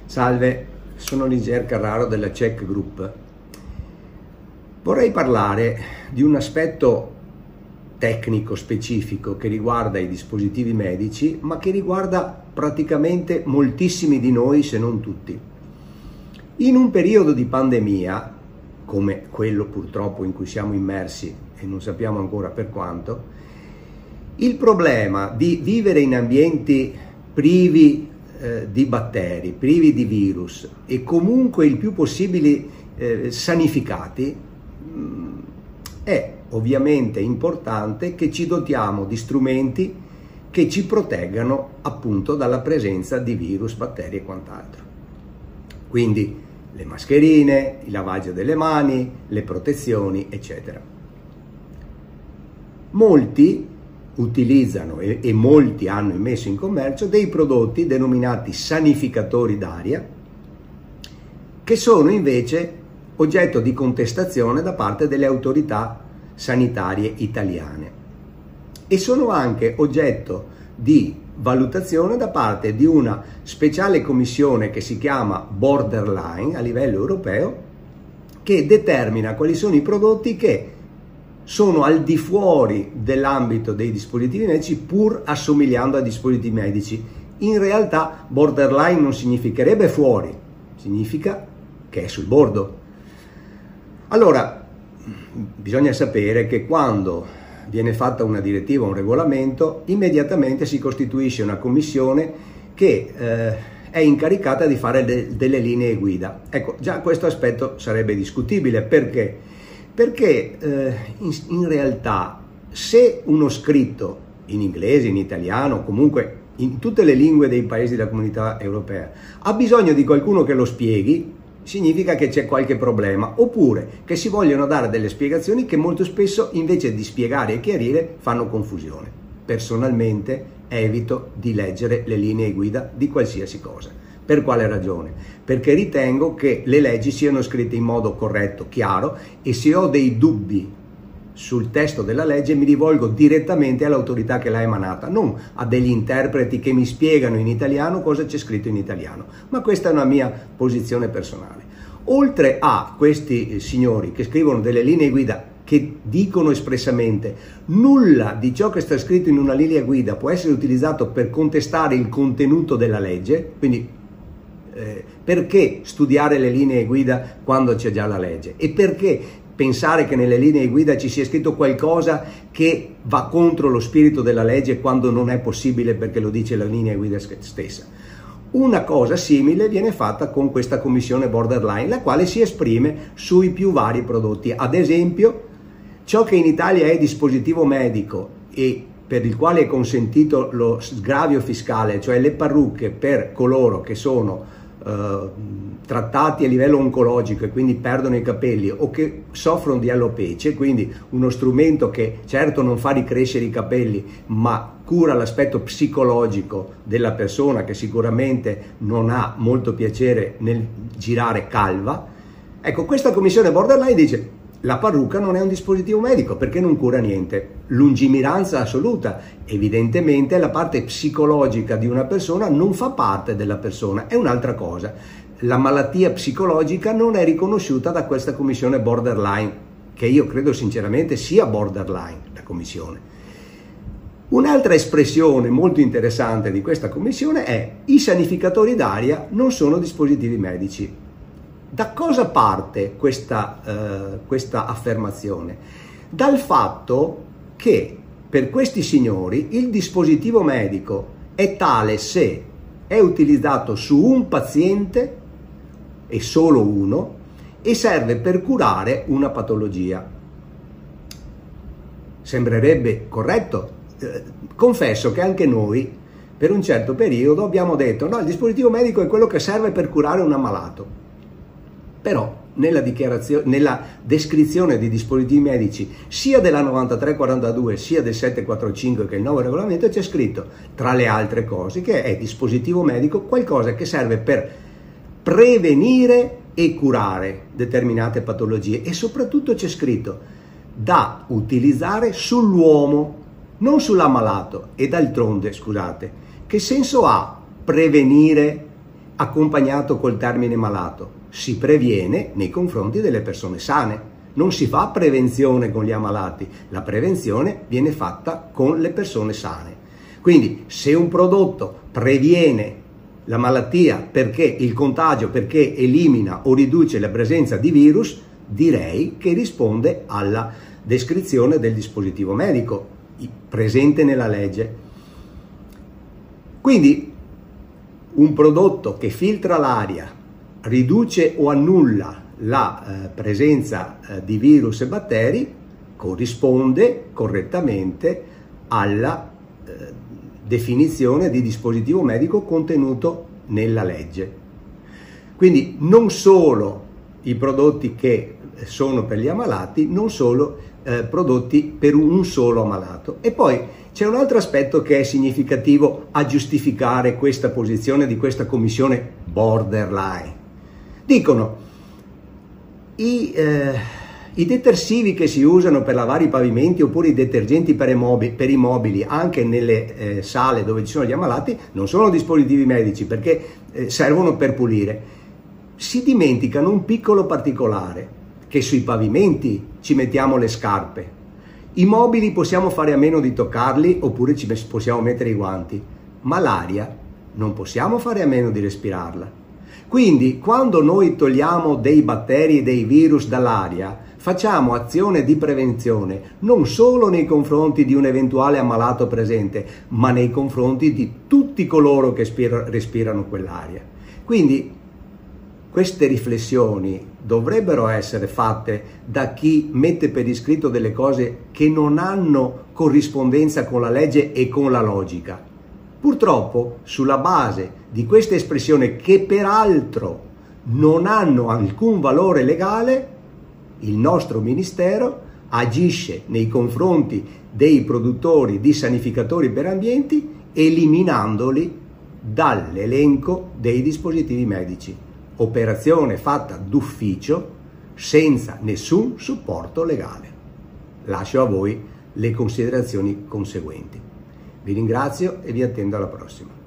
Salve, sono Ligier Carraro della CEC Group. Vorrei parlare di un aspetto tecnico specifico che riguarda i dispositivi medici, ma che riguarda praticamente moltissimi di noi, se non tutti. In un periodo di pandemia, come quello purtroppo in cui siamo immersi e non sappiamo ancora per quanto, il problema di vivere in ambienti privi di batteri, privi di virus e comunque il più possibile sanificati, è ovviamente importante che ci dotiamo di strumenti che ci proteggano appunto dalla presenza di virus, batteri e quant'altro. Quindi le mascherine, il lavaggio delle mani, le protezioni, eccetera. Molti utilizzano e molti hanno immesso in commercio dei prodotti denominati sanificatori d'aria, che sono invece oggetto di contestazione da parte delle autorità sanitarie italiane e sono anche oggetto di valutazione da parte di una speciale commissione che si chiama Borderline a livello europeo, che determina quali sono i prodotti che sono al di fuori dell'ambito dei dispositivi medici pur assomigliando a dispositivi medici. In realtà borderline non significherebbe fuori, significa che è sul bordo. Allora, bisogna sapere che quando viene fatta una direttiva o un regolamento, immediatamente si costituisce una commissione che è incaricata di fare delle linee guida. Ecco, già questo aspetto sarebbe discutibile. Perché? Perché in realtà se uno scritto in inglese, in italiano, comunque in tutte le lingue dei paesi della comunità europea, ha bisogno di qualcuno che lo spieghi, significa che c'è qualche problema, oppure che si vogliono dare delle spiegazioni che molto spesso invece di spiegare e chiarire fanno confusione. Personalmente evito di leggere le linee guida di qualsiasi cosa. Per quale ragione? Perché ritengo che le leggi siano scritte in modo corretto, chiaro, e se ho dei dubbi sul testo della legge mi rivolgo direttamente all'autorità che l'ha emanata, non a degli interpreti che mi spiegano in italiano cosa c'è scritto in italiano. Ma questa è una mia posizione personale. Oltre a questi signori che scrivono delle linee guida che dicono espressamente nulla di ciò che sta scritto in una linea guida può essere utilizzato per contestare il contenuto della legge, quindi perché studiare le linee guida quando c'è già la legge? E perché pensare che nelle linee guida ci sia scritto qualcosa che va contro lo spirito della legge quando non è possibile perché lo dice la linea guida stessa? Una cosa simile viene fatta con questa commissione Borderline, la quale si esprime sui più vari prodotti. Ad esempio, ciò che in Italia è dispositivo medico e per il quale è consentito lo sgravio fiscale, cioè le parrucche per coloro che sono trattati a livello oncologico e quindi perdono i capelli o che soffrono di alopecia, quindi uno strumento che certo non fa ricrescere i capelli ma cura l'aspetto psicologico della persona che sicuramente non ha molto piacere nel girare calva. Ecco, questa commissione Borderline dice: la parrucca non è un dispositivo medico perché non cura niente. Lungimiranza assoluta. Evidentemente la parte psicologica di una persona non fa parte della persona, è un'altra cosa. La malattia psicologica non è riconosciuta da questa commissione Borderline, che io credo sinceramente sia borderline la commissione. Un'altra espressione molto interessante di questa commissione è: i sanificatori d'aria non sono dispositivi medici. Da cosa parte questa affermazione? Dal fatto che per questi signori il dispositivo medico è tale se è utilizzato su un paziente e solo uno e serve per curare una patologia. Sembrerebbe corretto. Confesso che anche noi per un certo periodo abbiamo detto: no, il dispositivo medico è quello che serve per curare un ammalato. Però nella descrizione di dispositivi medici sia della 9342 sia del 745, che è il nuovo regolamento, c'è scritto tra le altre cose che è dispositivo medico qualcosa che serve per prevenire e curare determinate patologie, e soprattutto c'è scritto da utilizzare sull'uomo, non sull'ammalato. E d'altronde, scusate, che senso ha prevenire accompagnato col termine malato. Si previene nei confronti delle persone sane. Non si fa prevenzione con gli ammalati, la prevenzione viene fatta con le persone sane. Quindi se un prodotto previene la malattia perché il contagio, perché elimina o riduce la presenza di virus, direi che risponde alla descrizione del dispositivo medico presente nella legge. Quindi un prodotto che filtra l'aria, riduce o annulla la presenza di virus e batteri corrisponde correttamente alla definizione di dispositivo medico contenuto nella legge. Quindi non solo i prodotti che sono per gli ammalati, non solo prodotti per un solo ammalato. E poi c'è un altro aspetto che è significativo a giustificare questa posizione di questa commissione borderline. Dicono i detersivi che si usano per lavare i pavimenti oppure i detergenti per i mobili anche nelle sale dove ci sono gli ammalati non sono dispositivi medici perché servono per pulire. Si dimenticano un piccolo particolare, che sui pavimenti ci mettiamo le scarpe. I mobili possiamo fare a meno di toccarli oppure ci possiamo mettere i guanti, ma l'aria non possiamo fare a meno di respirarla. Quindi quando noi togliamo dei batteri e dei virus dall'aria, facciamo azione di prevenzione non solo nei confronti di un eventuale ammalato presente, ma nei confronti di tutti coloro che respirano quell'aria. Quindi queste riflessioni dovrebbero essere fatte da chi mette per iscritto delle cose che non hanno corrispondenza con la legge e con la logica. Purtroppo, sulla base di queste espressioni che peraltro non hanno alcun valore legale, il nostro Ministero agisce nei confronti dei produttori di sanificatori per ambienti eliminandoli dall'elenco dei dispositivi medici. Operazione fatta d'ufficio senza nessun supporto legale. Lascio a voi le considerazioni conseguenti. Vi ringrazio e vi attendo alla prossima.